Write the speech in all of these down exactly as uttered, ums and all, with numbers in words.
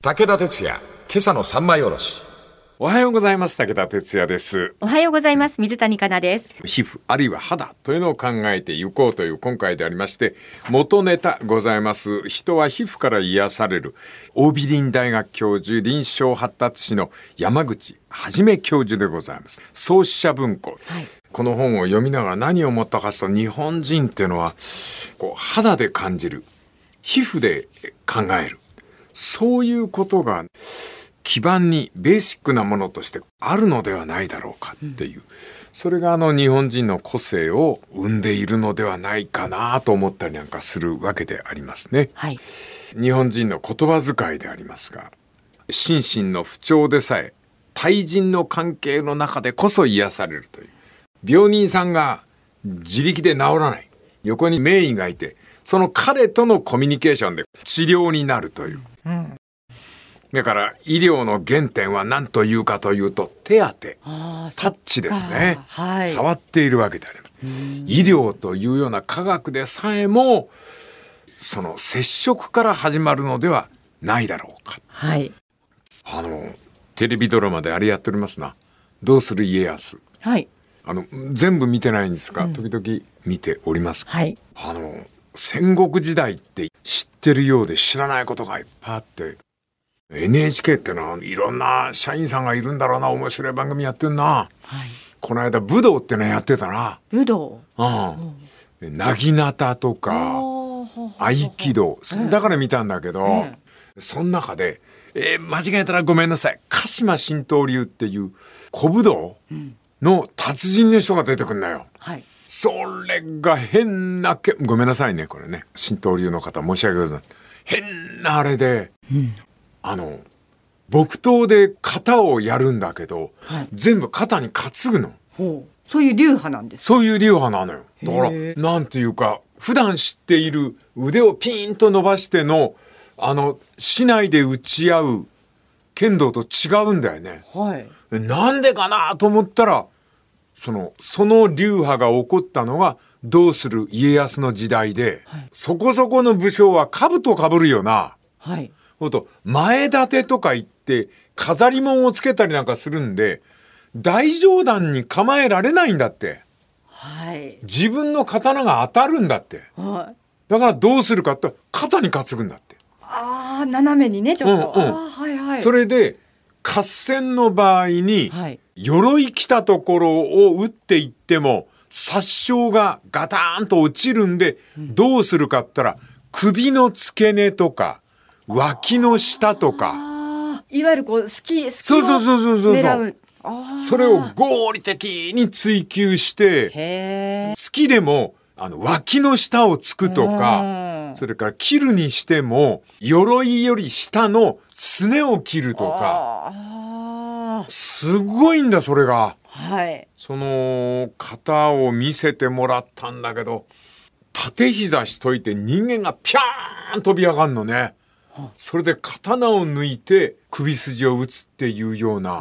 武田鉄矢、今朝の三枚おろし。 おはようございます。武田鉄矢です。 おはようございます。水谷香奈です。 皮膚あるいは肌というのを考えていこうという今回でありまして、元ネタございます。人は皮膚から癒される桜美林大学教授、臨床発達士の山口はじめ教授でございます。創始者文庫、はい、この本を読みながら何を思ったかというと、日本人っていうのはこう肌で感じる、皮膚で考える、そういうことが基盤にベーシックなものとしてあるのではないだろうかっていう、うん、それがあの日本人の個性を生んでいるのではないかなと思ったりなんかするわけでありますね、はい、日本人の言葉遣いでありますが、心身の不調でさえ対人の関係の中でこそ癒されるという、病人さんが自力で治らない、横に名医がいてその彼とのコミュニケーションで治療になるという、うん、だから医療の原点は何というかというと、手当て、タッチですね、はい、触っているわけであります。医療というような科学でさえもその接触から始まるのではないだろうか、はい、あのテレビドラマであれやっておりますな、どうする家康、はい、あの全部見てないんですが、うん、時々見ております、はい、あの戦国時代って知ってるようで知らないことがいっぱいあって、 エヌエイチケー ってのはいろんな社員さんがいるんだろうな、面白い番組やってんな、はい、この間武道ってのやってたな、 武道、 うん、なぎなたとか合気道、だから見たんだけど、ええ、その中で、えー、間違えたらごめんなさい、鹿島神道流っていう古武道の達人の人が出てくるんだよ、はい、それが変なけ、ごめんなさいね、これね、神道流の方申し訳ございません、変なあれで、うん、あの木刀で型をやるんだけど、はい、全部型に担ぐの。 ほう、そういう流派なんですか。 そういう流派なのよ。だからなんていうか、普段知っている腕をピーンと伸ばしてのあの竹刀で打ち合う剣道と違うんだよね、はい、なんでかなと思ったら、その、その流派が起こったのがどうする家康の時代で、はい、そこそこの武将は兜をかぶるよな、はい、ほんと前立てとか言って飾り物をつけたりなんかするんで、大上段に構えられないんだって、はい、自分の刀が当たるんだって、はい、だからどうするかって肩に担ぐんだって。 ああ、斜めにね、ちょっと、うんうん、あ、はいはい、 それで合戦の場合に、はい、鎧着たところを撃っていっても殺傷がガターンと落ちるんで、うん、どうするかって言ったら首の付け根とか脇の下とか、 いわゆるこうスキースキーをそうそうそうそうそう、 あ、 それを合理的に追求して、へー、月でもあの脇の下をつくとか、それから切るにしても鎧より下のすねを切るとか、すごいんだそれが、はい、その型を見せてもらったんだけど、縦膝しといて人間がピャーン飛び上がるのね、それで刀を抜いて首筋を打つっていうような、うん、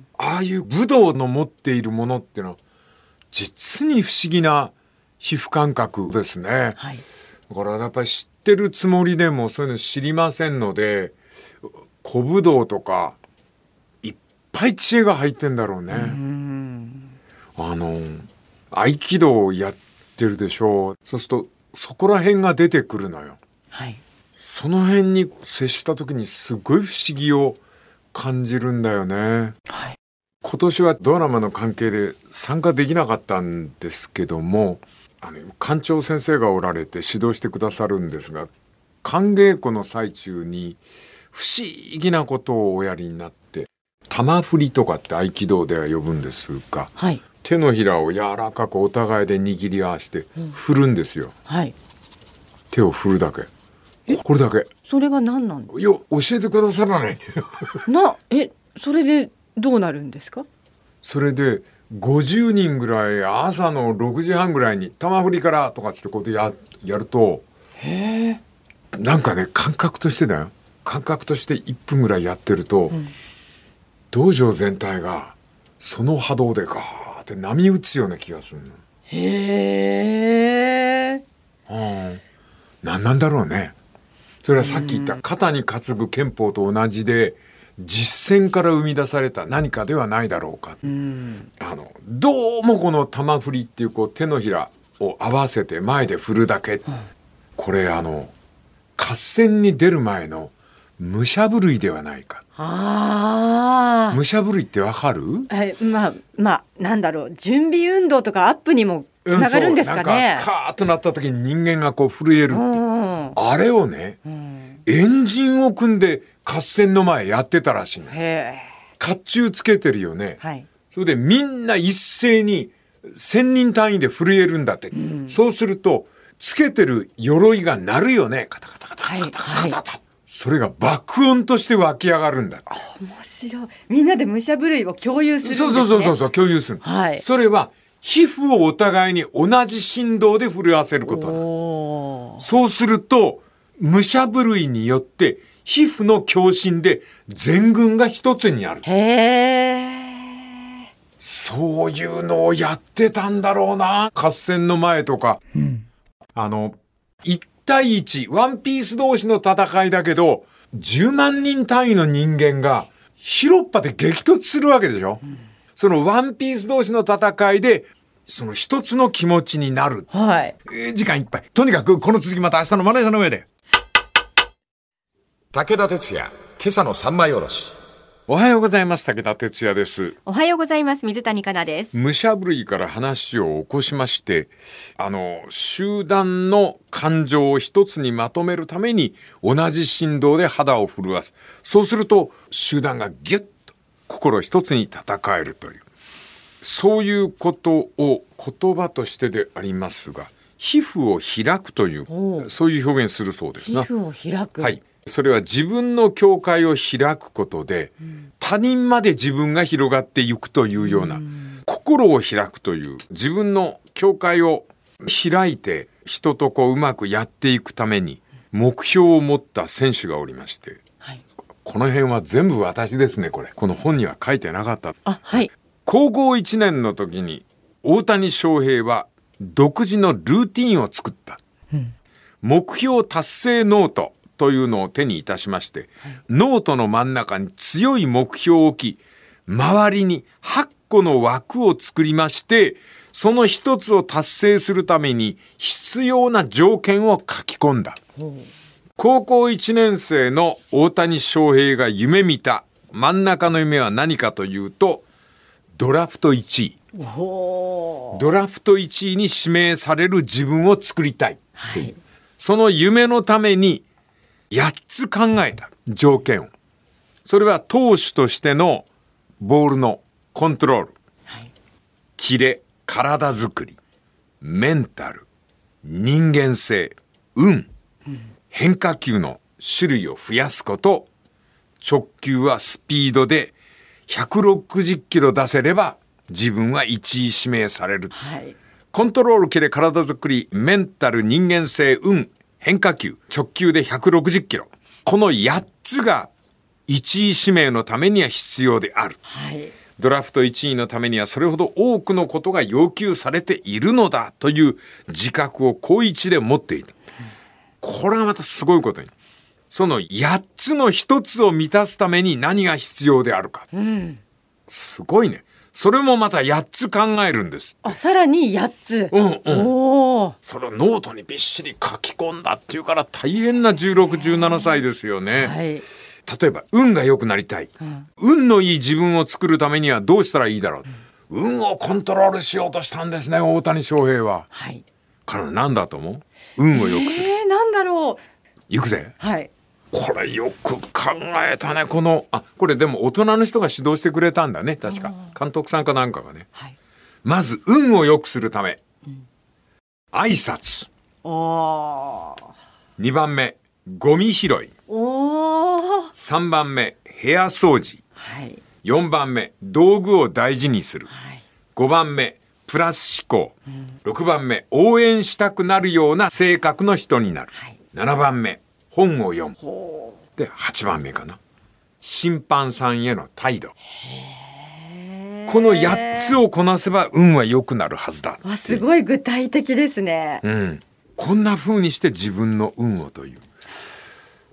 ああいう武道の持っているものっていうのは実に不思議な皮膚感覚ですね、はい、だからやっぱり知ってるつもりでもそういうの知りませんので、古武道とかいっぱい知恵が入ってんだろうね。うん、あの合気道をやってるでしょう。そうするとそこら辺が出てくるのよ、はい、その辺に接した時にすごい不思議を感じるんだよね、はい、今年はドラマの関係で参加できなかったんですけども、あの館長先生がおられて指導してくださるんですが、寒稽古の最中に不思議なことをおやりになって、玉振りとかって合気道では呼ぶんですが、はい、手のひらを柔らかくお互いで握り合わせて振るんですよ、うん、はい、手を振るだけ、これだけ。 それが何なんですか。 いや、教えてくださらないな、え、それでどうなるんですか。 それでごじゅうにんぐらい朝のろくじはんぐらいに玉振りからとかつってこうややると、へー、なんかね、感覚としてだよ、感覚としていっぷんぐらいやってると、うん、道場全体がその波動でガーって波打つような気がするの。へー、うん、何なんだろうね。 それはさっき言った肩に担ぐ憲法と同じで実践から生み出された何かではないだろうか。うんあのどうもこの玉振りっていうこう手のひらを合わせて前で振るだけ、うん、これあの合戦に出る前の武者震いではないか。 あ武者震いってわかる？ えまあまあなんだろう準備運動とかアップにもつながるんですかね。うん、 なんかカーッとなった時に人間がこう震えるって、うん、あれをね、うん、エンジンを組んで合戦の前やってたらしいの。甲冑つけてるよね、はい、それでみんな一斉に千人単位で震えるんだって、うん、そうするとつけてる鎧が鳴るよね。カタカタカタカタカタカタ、はいはい、それが爆音として湧き上がるんだ。 面白い。みんなで武者震いを共有するんですね。 そうそうそうそう共有する、はい、それは皮膚をお互いに同じ振動で震わせることなの。そうすると武者震いによって皮膚の共振で全軍が一つになる。 へー。 そういうのをやってたんだろうな。合戦の前とか、うん、あのいち対いちワンピース同士の戦いだけどじゅうまんにん単位の人間が広っ端で激突するわけでしょ、うん、そのワンピース同士の戦いでその一つの気持ちになる、 はい、 えー、時間いっぱい。とにかくこの続きまた明日のマネージャーの上で。 武田鉄矢今朝の三枚おろし。 おはようございます。武田鉄矢です。 おはようございます。水谷香奈です。 武者震いから話を起こしまして、あの集団の感情を一つにまとめるために同じ振動で肌を震わす。そうすると集団がギュッと心一つに戦えるという、そういうことを言葉としてでありますが、皮膚を開くというそういう表現するそうですな。 皮膚を開く、 はい、それは自分の境界を開くことで、うん、他人まで自分が広がっていくというような、うん、心を開くという自分の境界を開いて人とこううまくやっていくために目標を持った選手がおりまして、はい、この辺は全部私ですね。これこの本には書いてなかった。 あ、はい、 高校いちねんの時に大谷翔平は独自のルーティンを作った、うん、目標達成ノートというのを手にいたしまして、はい、ノートの真ん中に強い目標を置き、周りにはっこの枠を作りまして、その一つを達成するために必要な条件を書き込んだ、うん、高校いちねん生の大谷翔平が夢見た真ん中の夢は何かというと、ドラフトいちい。ドラフトいちいに指名される自分を作りたい、はい、その夢のためにやっつ考えた条件を。それは投手としてのボールのコントロール、はい、キレ、体作り、メンタル、人間性、運、うん、変化球の種類を増やすこと、直球はスピードでひゃくろくじゅっキロ出せれば自分はいちい指名される、はい、コントロール、キレ、体作り、メンタル、人間性、運、変化球、直球でひゃくろくじゅっキロ、このやっつがいちい指名のためには必要である、はい、ドラフトいちいのためにはそれほど多くのことが要求されているのだという自覚を高一で持っていた。これがまたすごいことに、そのやっつの一つを満たすために何が必要であるか、うん、すごいね。それもまたやっつ考えるんです。 あ、さらにやっつ、 うんうん、おそれをノートにびっしり書き込んだっていうから大変なじゅうろく、じゅうななさいですよね、はい、例えば運が良くなりたい、うん、運のいい自分を作るためにはどうしたらいいだろう、うん、運をコントロールしようとしたんですね、大谷翔平は、はい、から何だと思う？運を良くする、 えー、なんだろう。 行くぜ、 はい、 これよく考えたね。このあこれでも大人の人が指導してくれたんだね、確か監督さんかなんかがね、はい、まず運を良くするため、うん、挨拶、おにばんめゴミ拾い、おさんばんめ部屋掃除、はい、よんばんめ道具を大事にする、はい、ごばんめプラス思考、うん、ろくばんめ応援したくなるような性格の人になる、はい、ななばんめ本を読む。ではちばんめかな、審判さんへの態度。このやっつをこなせば運は良くなるはずだ。 わ、すごい具体的ですね、 うん、こんな風にして自分の運をという。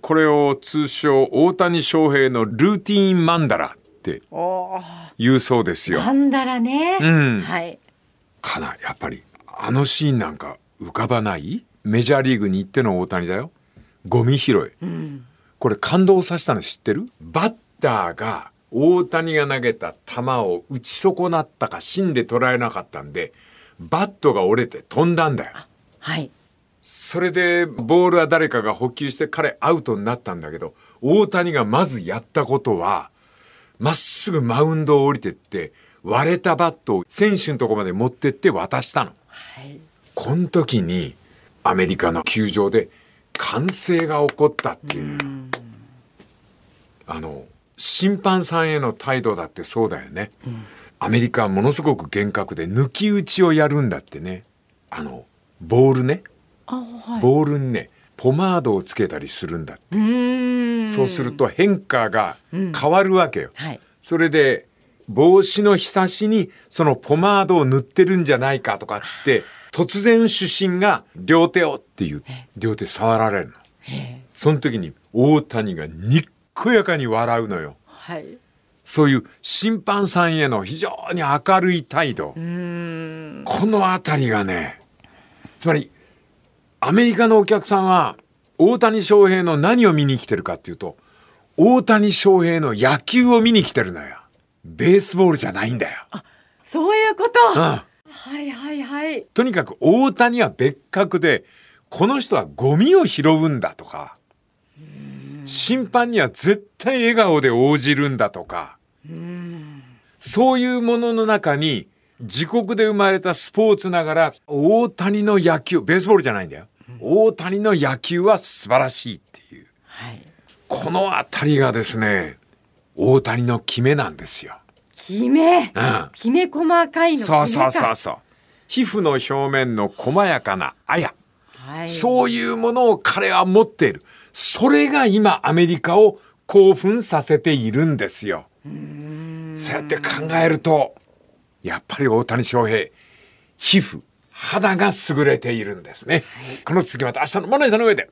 これを通称大谷翔平のルーティーンマンダラって言うそうですよ。 マンダラね、 うん、 はい、 かな。やっぱりあのシーンなんか浮かばない？メジャーリーグに行っての大谷だよ。ゴミ拾い、うん、これ感動させたの知ってる？バッターが大谷が投げた球を打ち損なったか芯で捉えなかったんでバットが折れて飛んだんだよ。 はい。 それでボールは誰かが捕球して彼アウトになったんだけど、大谷がまずやったことはまっすぐマウンドを降りてって割れたバットを選手のとこまで持ってって渡したの、はい、この時にアメリカの球場で歓声が起こったっていう、うん、あの審判さんへの態度だってそうだよね、うん、アメリカはものすごく厳格で抜き打ちをやるんだってね。あのボールね、あ、はい、ボールにねポマードをつけたりするんだって。うーん、そうすると変化が変わるわけよ、うん、はい、それで帽子のひさしにそのポマードを塗ってるんじゃないかとかって突然主審が両手をっていう両手触られるの。その時に大谷がにっこやかに笑うのよ、はい、そういう審判さんへの非常に明るい態度、うーん、このあたりがね、つまりアメリカのお客さんは大谷翔平の何を見に来てるかっていうと大谷翔平の野球を見に来てるのよ。ベースボールじゃないんだよ。あ、 そういうこと、うん、はいはいはい。 とにかく大谷は別格でこの人はゴミを拾うんだとか、審判には絶対笑顔で応じるんだとか、うーん、そういうものの中に自国で生まれたスポーツながら大谷の野球、ベースボールじゃないんだよ、うん、大谷の野球は素晴らしいっていう、はい、このあたりがですね大谷の決めなんですよ。 決め、うん、きめ細かいの決めか。 そうそうそうそう。皮膚の表面の細やかなあや、はい、そういうものを彼は持っている。それが今アメリカを興奮させているんですよ。うーん、そうやって考えるとやっぱり大谷翔平皮膚肌が優れているんですね、はい、この続きまた明日のまな板の上で。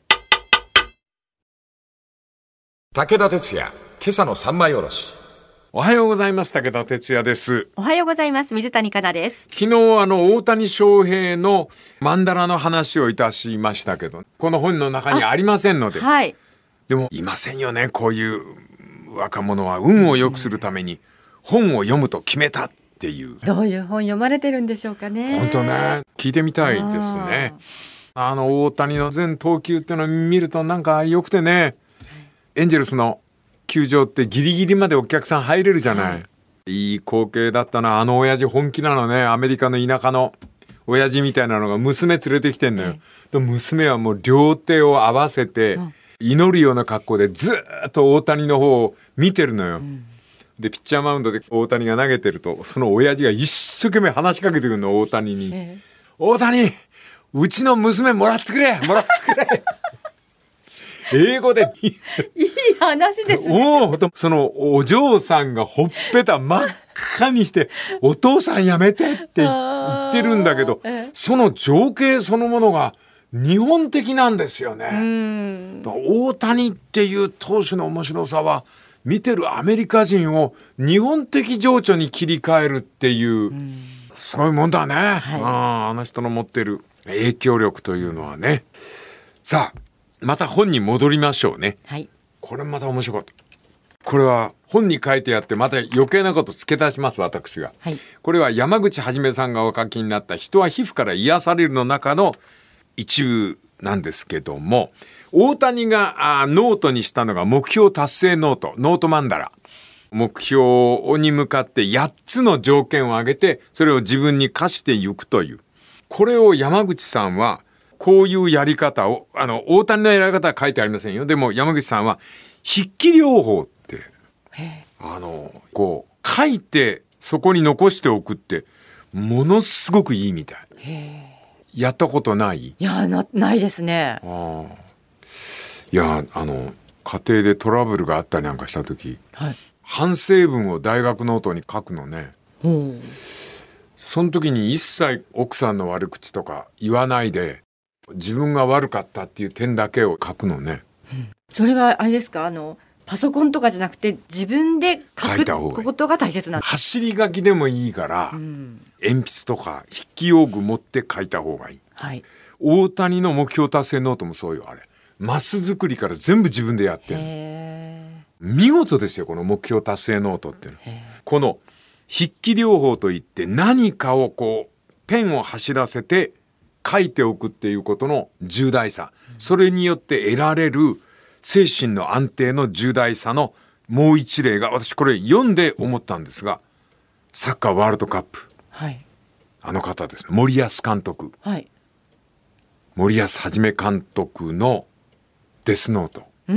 武田鉄矢今朝の三枚おろし。 おはようございます。武田哲也です。 おはようございます。水谷香奈です。 昨日あの大谷翔平のマンダラの話をいたしましたけど、この本の中にありませんので、はい、でもいませんよね、こういう若者は運を良くするために本を読むと決めたっていう。 どういう本読まれてるんでしょうかね。 本当ね、聞いてみたいですね。あの大谷の全投球っていうのを見るとなんか良くてね、エンジェルスの球場ってギリギリまでお客さん入れるじゃない、はい、いい光景だったな。あの親父本気なのね。アメリカの田舎の親父みたいなのが娘連れてきてんのよ、で娘はもう両手を合わせて祈るような格好でずっと大谷の方を見てるのよ、うん、でピッチャーマウンドで大谷が投げてるとその親父が一生懸命話しかけてくるの大谷に、えー、大谷うちの娘もらってくれもらってくれ英語でいい話ですね。 おそのお嬢さんがほっぺた真っ赤にしてお父さんやめてって言ってるんだけど、その情景そのものが日本的なんですよね。うん、大谷っていう投手の面白さは見てるアメリカ人を日本的情緒に切り替えるっていう、うん、すごいもんだね、はい、あ, あの人の持ってる影響力というのはね。さあまた本に戻りましょうね、はい、これまた面白かった。これは本に書いてあってまた余計なこと付け足します私が、はい、これは山口はさんがお書きになった人は皮膚から癒されるの中の一部なんですけども、大谷があノートにしたのが目標達成ノート、ノートマンダラ。目標に向かってやっつの条件を挙げてそれを自分に課していくという、これを山口さんはこういうやり方を、あの大谷のやり方は書いてありませんよ。でも山口さんは筆記療法ってあのこう書いてそこに残しておくってものすごくいいみたい。へやったことない？いや な, ないですね。 あいやあの家庭でトラブルがあったりなんかした時、はい、反省文を大学ノートに書くのね。うんその時に一切奥さんの悪口とか言わないで自分が悪かったっていう点だけを書くのね。 それはあれですか、あのパソコンとかじゃなくて自分で書く書いた方がいいことが大切なんです。 走り書きでもいいから、うん、鉛筆とか筆記用具持って書いた方がいい、 はい、 大谷の目標達成ノートもそうよ。あれマス作りから全部自分でやってる。見事ですよこの目標達成ノートっていうの。この筆記療法といって何かをこうペンを走らせて書いておくっていうことの重大さ、うん、それによって得られる精神の安定の重大さのもう一例が、私これ読んで思ったんですが、サッカーワールドカップ、 はい、 あの方ですね、森保監督、 はい、 森保一監督のデスノート、 うん、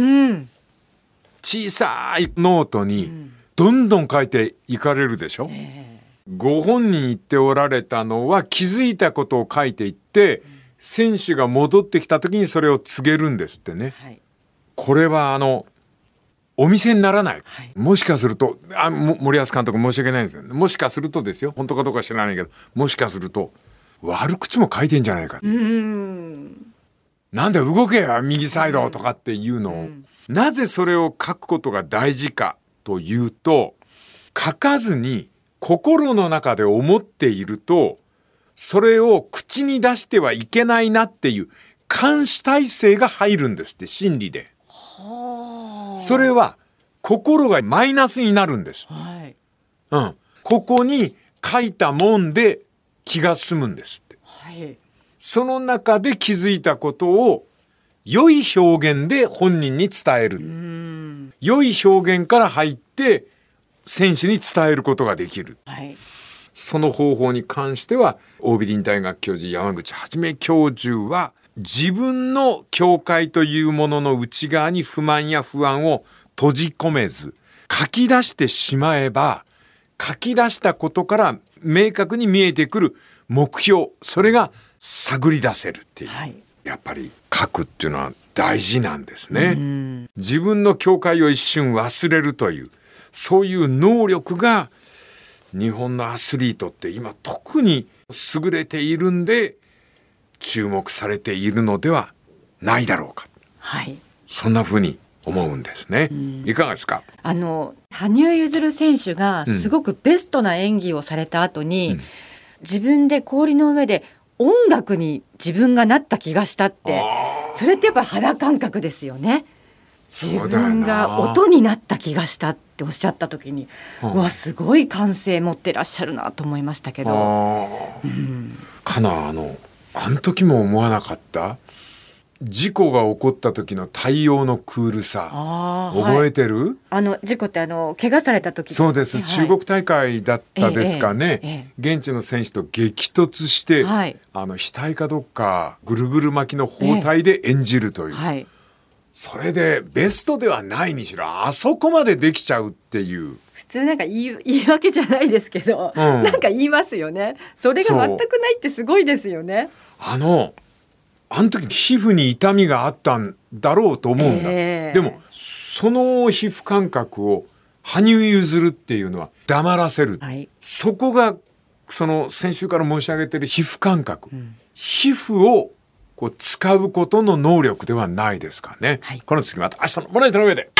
小さいノートにどんどん書いていかれるでしょ、うんえー、ご本人言っておられたのは気づいたことを書いていって、うん、選手が戻ってきた時にそれを告げるんですってね、はい、これはあのお店にならない、はい、もしかするとあ森保監督申し訳ないんですよ、もしかするとですよ、本当かどうか知らないけど、もしかすると悪口も書いてんじゃないか、うーんなんで動けよ右サイドとかっていうのを、うん、なぜそれを書くことが大事かというと、書かずに心の中で思っているとそれを口に出してはいけないなっていう監視体制が入るんですって、心理で。はあ、それは心がマイナスになるんです、はいうん、ここに書いたもんで気が済むんですって、はい、その中で気づいたことを良い表現で本人に伝える。うん良い表現から入って選手に伝えることができる、はい、その方法に関しては桜美林大学教授山口一教授は自分の教会というものの内側に不満や不安を閉じ込めず書き出してしまえば、書き出したことから明確に見えてくる目標、それが探り出せるっていう、はい、やっぱり書くっていうのは大事なんですね。うん自分の教会を一瞬忘れるという、そういう能力が日本のアスリートって今特に優れているんで注目されているのではないだろうか、はい、そんなふうに思うんですね。いかがですか。 あの羽生結弦選手がすごくベストな演技をされた後に、うん、自分で氷の上で音楽に自分がなった気がしたって、それってやっぱり肌感覚ですよね。自分が音になった気がしたっておっしゃった時に、うわすごい感性持ってらっしゃるなと思いましたけど、うん、 かなあのあの時も思わなかった。事故が起こった時の対応のクールさ、覚えてる、はい、 あの事故ってあの怪我された時。 そうです、はい、中国大会だったですかね、ええええ、現地の選手と激突して、はい、あの額かどっかぐるぐる巻きの包帯で演じるという、えはい、それでベストではないにしろあそこまでできちゃうっていう、 普通なんか言い、言い訳じゃないですけど、うん、なんか言いますよね。それが全くないってすごいですよね。 あのあの時皮膚に痛みがあったんだろうと思うんだ、えー、でもその皮膚感覚を羽生結弦っていうのは黙らせる、はい、そこがその先週から申し上げている皮膚感覚、うん、皮膚をこう使うことの能力ではないですかね、はい、この次また明日のモネタの上で。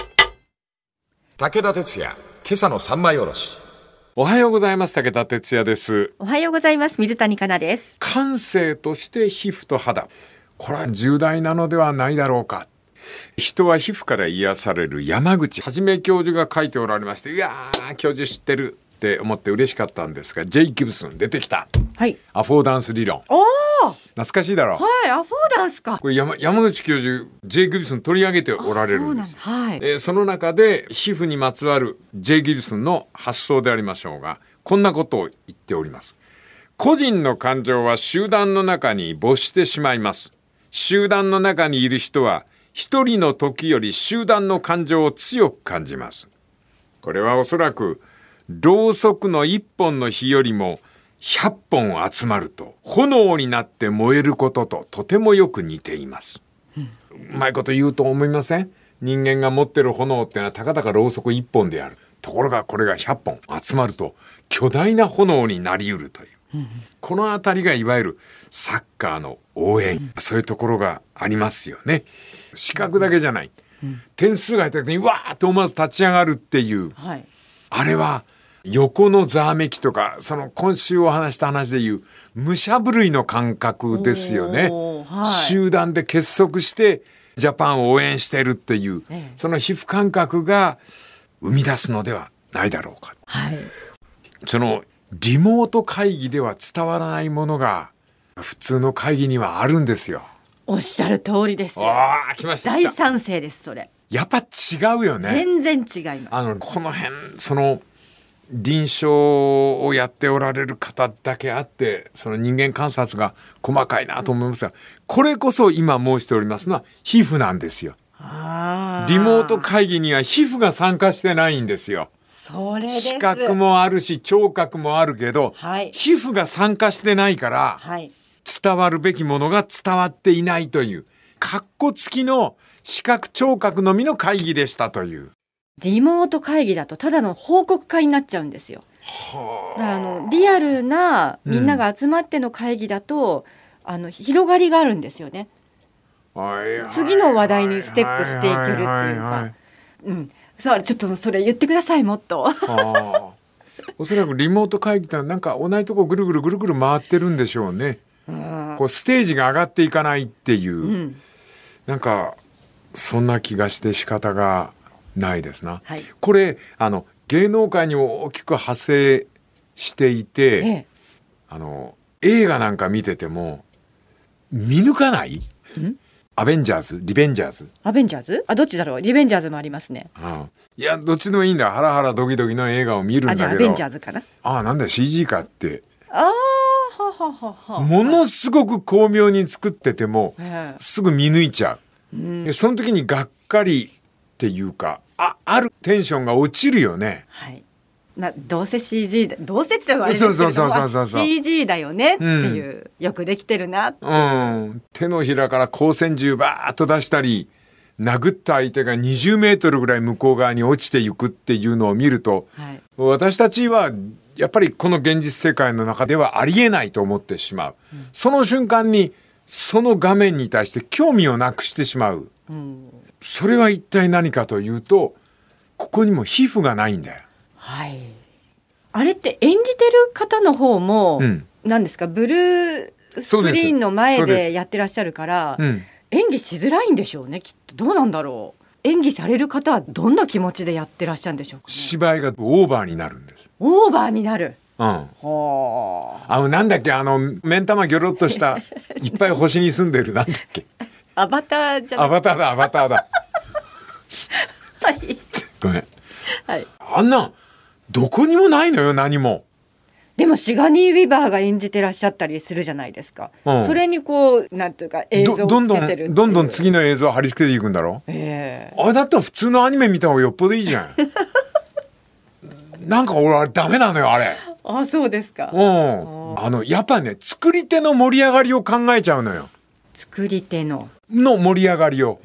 武田鉄矢今朝の三枚おろし。 おはようございます。武田哲也です。 おはようございます。水谷香奈です。 感性として皮膚と肌、これは重大なのではないだろうか。人は皮膚から癒される山口一教授が書いておられまして、いやー教授知ってるって思って嬉しかったんですが、ジェイ・ギブスン出てきた、はい、アフォーダンス理論。お懐かしいだろう。 はい、アフォーダンスか。 これ 山, 山口教授ジェイ・ギブスン取り上げておられるんです。 そ,、はいえー、その中で皮膚にまつわるジェイ・ギブスンの発想でありましょうが、こんなことを言っております。個人の感情は集団の中に没してしまいます。集団の中にいる人は一人の時より集団の感情を強く感じます。これはおそらくろうそくの一本の火よりもひゃっぽん集まると炎になって燃えることととてもよく似ています、うん、うまいこと言うと思いません？人間が持ってる炎ってのはたかだかろうそく一本である。ところがこれがひゃっぽん集まると巨大な炎になりうるという。 うん、 このあたりがいわゆるサッカーの応援、うん、そういうところがありますよね。視覚だけじゃない、うん、点数が入った時にわーっと思わず立ち上がるっていう、はい、あれは横のざわめきとか、その今週お話した話でいう武者震いの感覚ですよね、はい、集団で結束してジャパンを応援してるっていう、ええ、その皮膚感覚が生み出すのではないだろうか、はい、そのリモート会議では伝わらないものが普通の会議にはあるんですよ。 おっしゃる通りですよ。 あ、来ました。 大賛成です。それやっぱ違うよね。 全然違います。 あのこの辺その臨床をやっておられる方だけあってその人間観察が細かいなと思いますが、これこそ今申しておりますのは皮膚なんですよ。あ、リモート会議には皮膚が参加してないんですよ。 それです。 視覚もあるし聴覚もあるけど、はい、皮膚が参加してないから、はい、伝わるべきものが伝わっていないというカッコ付きの視覚聴覚のみの会議でしたという。 リモート会議だとただの報告会になっちゃうんですよ。はあ、だからあのリアルなみんなが集まっての会議だと、うん、あの広がりがあるんですよね。次の話題にステップしていけるっていうか、うん、そうちょっとそれ言ってくださいもっと。はあ、おそらくリモート会議ってなんか同じとこぐるぐるぐるぐる回ってるんでしょうね。うん、こうステージが上がっていかないっていう、うん、なんかそんな気がして仕方がないですな、はい、これあの芸能界にも大きく派生していて、ええ、あの映画なんか見てても見抜かない？ん？アベンジャーズ？リベンジャーズ？アベンジャーズ？あ、どっちだろう？リベンジャーズもありますね。 うん、いやどっちでもいいんだ。ハラハラドキドキの映画を見るんだけど、あ、じゃあアベンジャーズかな。 あ、なんだ シージー かって。 あーはははは。 ものすごく巧妙に作ってても、はい、すぐ見抜いちゃう、うん、でその時にがっかりっていうか あ, あるテンションが落ちるよね。はい、 まあ、どうせ シージー だどうせって言ったらあれですけど シージー だよねっていう、うん、よくできてるなって、うん、 手のひらから光線銃バーッと出したり殴った相手がにじゅうメートルぐらい向こう側に落ちていくっていうのを見ると、はい、私たちはやっぱりこの現実世界の中ではありえないと思ってしまう、うん、その瞬間にその画面に対して興味をなくしてしまう、うん、それは一体何かというとここにも皮膚がないんだよ。 はい、あれって演じてる方の方も、うん、何ですかブルースクリーンの前でやってらっしゃるから、うん、演技しづらいんでしょうねきっと。どうなんだろう。演技される方はどんな気持ちでやってらっしゃるんでしょうか、ね、 芝居がオーバーになるんです。 オーバーになる。 うん、はあ。あのなんだっけあの目ん玉ギョロッとしたいっぱい星に住んでるなんだっけアバターじゃない。 アバターだアバターだはい。 ごめん、はい、あんなんどこにもないのよ何も。 でもシガニー・ウィバーが演じてらっしゃったりするじゃないですか、うん、それにこうなんていうか映像をつけてるどんどんどんどん次の映像を貼り付けていくんだろ、えー、あれだったら普通のアニメ見た方がよっぽどいいじゃんなんか俺あれダメなのよあれ。 あ、そうですか。 うん、あのやっぱね作り手の盛り上がりを考えちゃうのよ。 作り手のの盛り上がりを、うん、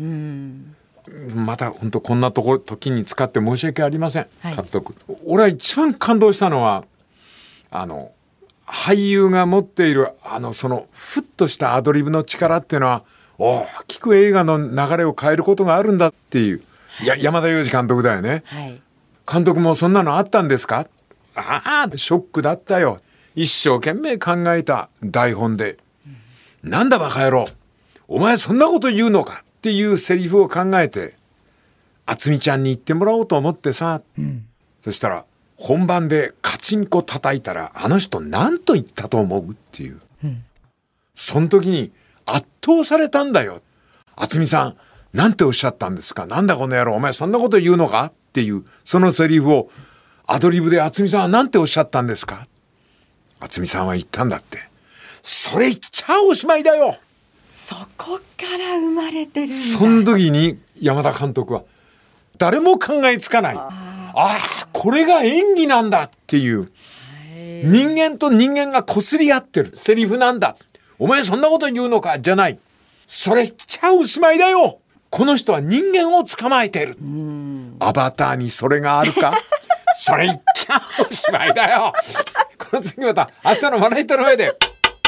また本当こんなとこ時に使って申し訳ありません、はい、監督。俺は一番感動したのはあの俳優が持っているあのそのふっとしたアドリブの力っていうのは大きく映画の流れを変えることがあるんだっていう、はい、や山田洋次監督だよね、はい、監督もそんなのあったんですか。ああショックだったよ。一生懸命考えた台本で、うん、なんだバカ野郎お前そんなこと言うのかっていうセリフを考えて渥美ちゃんに言ってもらおうと思ってさ、うん、そしたら本番でカチンコ叩いたらあの人何と言ったと思うっていう、うん、その時に圧倒されたんだよ。渥美さんなんておっしゃったんですか。なんだこの野郎お前そんなこと言うのかっていうそのセリフをアドリブで渥美さんはなんておっしゃったんですか。渥美さんは言ったんだって。それ言っちゃおしまいだよ。 そこから生まれてるんだ。 その時に山田監督は誰も考えつかない、ああこれが演技なんだっていう、人間と人間が擦り合ってるセリフなんだ。お前そんなこと言うのかじゃない。それ言っちゃおしまいだよ。この人は人間を捕まえてる。アバターにそれがあるかそれ言っちゃおしまいだよこの次また明日のまな板の上で。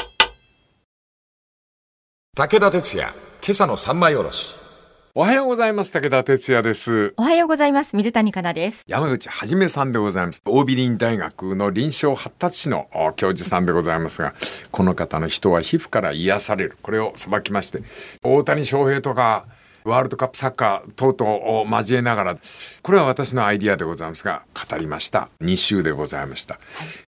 武田鉄矢、今朝の三枚おろし。 おはようございます。武田鉄矢です。 おはようございます。水谷香奈です。 山口はじめさんでございます。桜美林大学の臨床発達士の教授さんでございますが、この方の人は皮膚から癒される、これをさばきまして、大谷翔平とかワールドカップサッカー等々を交えながら、これは私のアイディアでございますが、語りましたに週でございました、はい、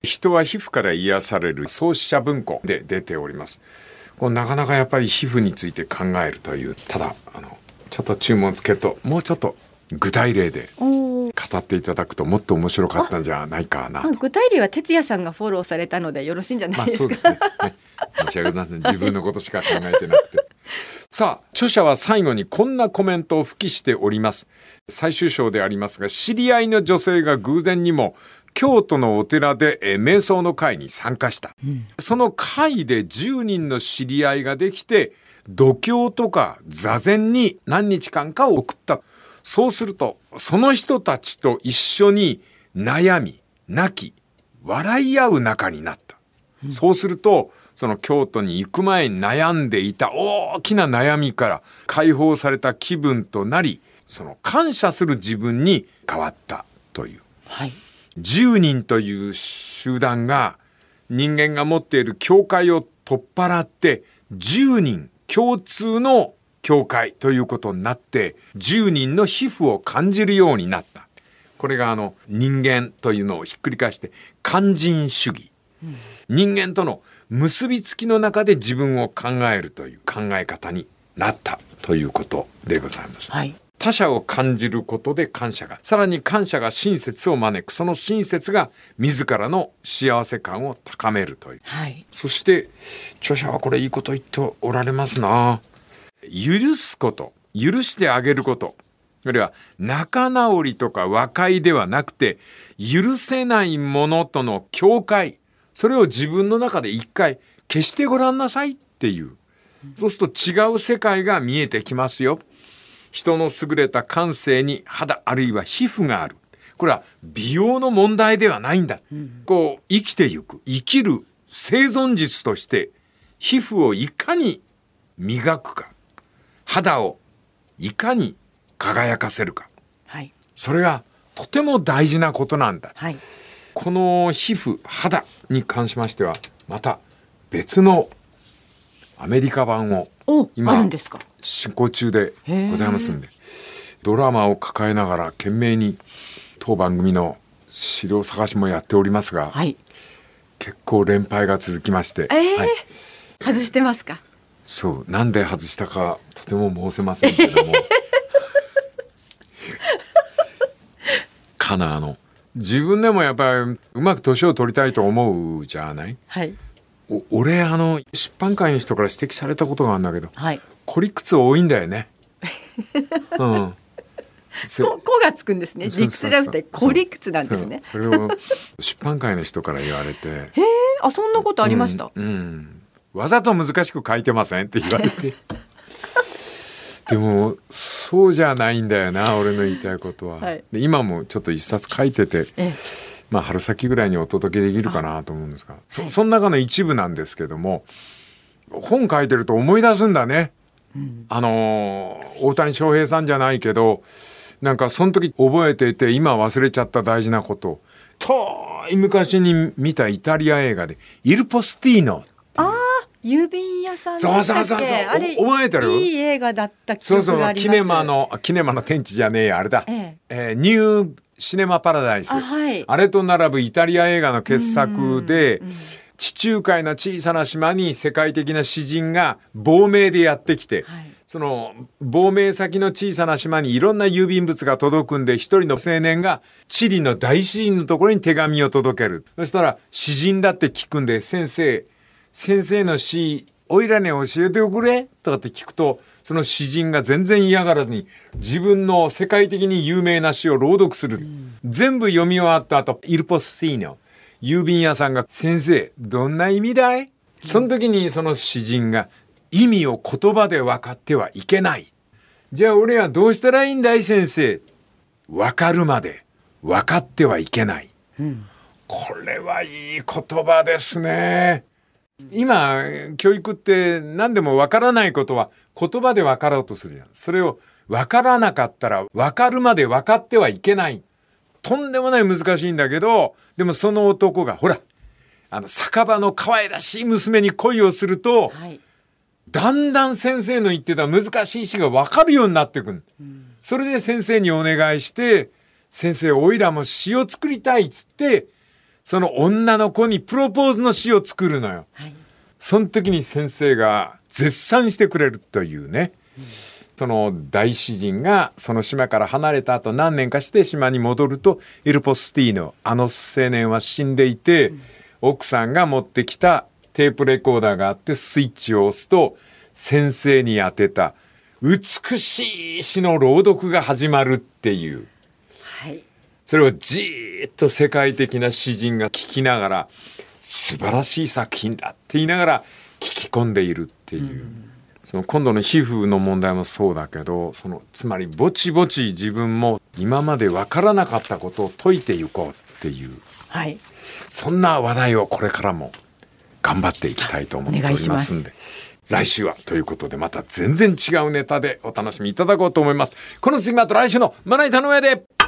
人は皮膚から癒される創始者文庫で出ております。これなかなかやっぱり皮膚について考えるという、ただあのちょっと注文つけるともうちょっと具体例で語っていただくともっと面白かったんじゃないかなと。 具体例は哲也さんがフォローされたのでよろしいんじゃないですか。まあ、そうですね、はい、 申し訳ございません。自分のことしか考えてなくてさあ、著者は最後にこんなコメントを付記しております。最終章でありますが、知り合いの女性が偶然にも京都のお寺でえ瞑想の会に参加した、うん、その会でじゅうにんの知り合いができて、度胸とか座禅に何日間かを送った。そうするとその人たちと一緒に悩み泣き笑い合う仲になった、うん、そうするとその京都に行く前に悩んでいた大きな悩みから解放された気分となり、その感謝する自分に変わったという、はい、じゅうにんという集団が人間が持っている境界を取っ払ってじゅうにん共通の境界ということになって、じゅうにんの皮膚を感じるようになった。これがあの人間というのをひっくり返して感人主義、うん、人間との結びつきの中で自分を考えるという考え方になったということでございます、はい、他者を感じることで感謝が、さらに感謝が親切を招く、その親切が自らの幸せ感を高めるという、はい、そして著者はこれいいこと言っておられますな。許すこと、許してあげること、あるいは仲直りとか和解ではなくて、許せないものとの境界、それを自分の中で一回消してごらんなさいっていう、そうすると違う世界が見えてきますよ。人の優れた感性に肌あるいは皮膚がある。これは美容の問題ではないんだ、うん、こう生きてゆく生きる生存術として皮膚をいかに磨くか、肌をいかに輝かせるか、はい、それがとても大事なことなんだ、はい、この皮膚肌に関しましてはまた別のアメリカ版を今進行中でございますんで、ドラマを抱えながら懸命に当番組の資料探しもやっておりますが、はい、結構連敗が続きまして、 えーはい、外してますか。 そう、なんで外したかとても申せませんけどもかな、あの自分でもやっぱりうまく年を取りたいと思うじゃない、はい、お俺あの出版界の人から指摘されたことがあるんだけど、はい、孤立多いんだよねうん、 ここがつくんですね。理屈じゃなくて孤立なんですね。 それを出版界の人から言われてへえ、あ、そんなことありました、 うんうん、わざと難しく書いてませんって言われてでもそうじゃないんだよな、俺の言いたいことは、はい、で今もちょっと一冊書いてて、ええ、まあ、春先ぐらいにお届けできるかなと思うんですが、そ, その中の一部なんですけども、本書いてると思い出すんだね、うん、あの大谷翔平さんじゃないけど、なんかその時覚えていて今忘れちゃった大事なこと、遠い昔に見たイタリア映画でイルポスティーノ、 あ郵便屋さんそうそうそうそう、あれ覚えてる？ いい映画だった記憶があります。 そうそう、キネマのキネマの天地じゃねえや、あれだ、えええー、ニューシネマパラダイス、 あ,、はい、あれと並ぶイタリア映画の傑作で、うんうん、地中海の小さな島に世界的な詩人が亡命でやってきて、はい、その亡命先の小さな島にいろんな郵便物が届くんで、一人の青年がチリの大詩人のところに手紙を届ける。そしたら詩人だって聞くんで、先生先生の詩おいらに教えておくれとかって聞くと、その詩人が全然嫌がらずに自分の世界的に有名な詩を朗読する、うん、全部読み終わった後、イルポスティーノ、郵便屋さんが先生どんな意味だい、うん、その時にその詩人が意味を言葉で分かってはいけない、じゃあ俺はどうしたらいいんだい先生、分かるまで分かってはいけない、うん、 これはいい言葉ですね。今教育って何でも分からないことは言葉で分かろうとするじゃん。それを分からなかったら分かるまで分かってはいけない。とんでもない難しいんだけど、でもその男がほらあの酒場の可愛らしい娘に恋をすると、はい、だんだん先生の言ってた難しい詩が分かるようになってくる、うん、それで先生にお願いして、先生おいらも詩を作りたいっつってその女の子にプロポーズの詩を作るのよ、はい、その時に先生が絶賛してくれるというね、うん、その大詩人がその島から離れた後何年かして島に戻ると、エルポスティーノ、あの青年は死んでいて、うん、奥さんが持ってきたテープレコーダーがあってスイッチを押すと先生に当てた美しい詩の朗読が始まるっていう、はい、それをじーっと世界的な詩人が聞きながら素晴らしい作品だって言いながら聞き込んでいるっていう、うん、その今度の皮膚の問題もそうだけど、そのつまりぼちぼち自分も今まで分からなかったことを解いていこうっていう、はい、そんな話題をこれからも頑張っていきたいと思っておりますんで、来週はということでまた全然違うネタでお楽しみいただこうと思います。この次また来週のまな板の上で。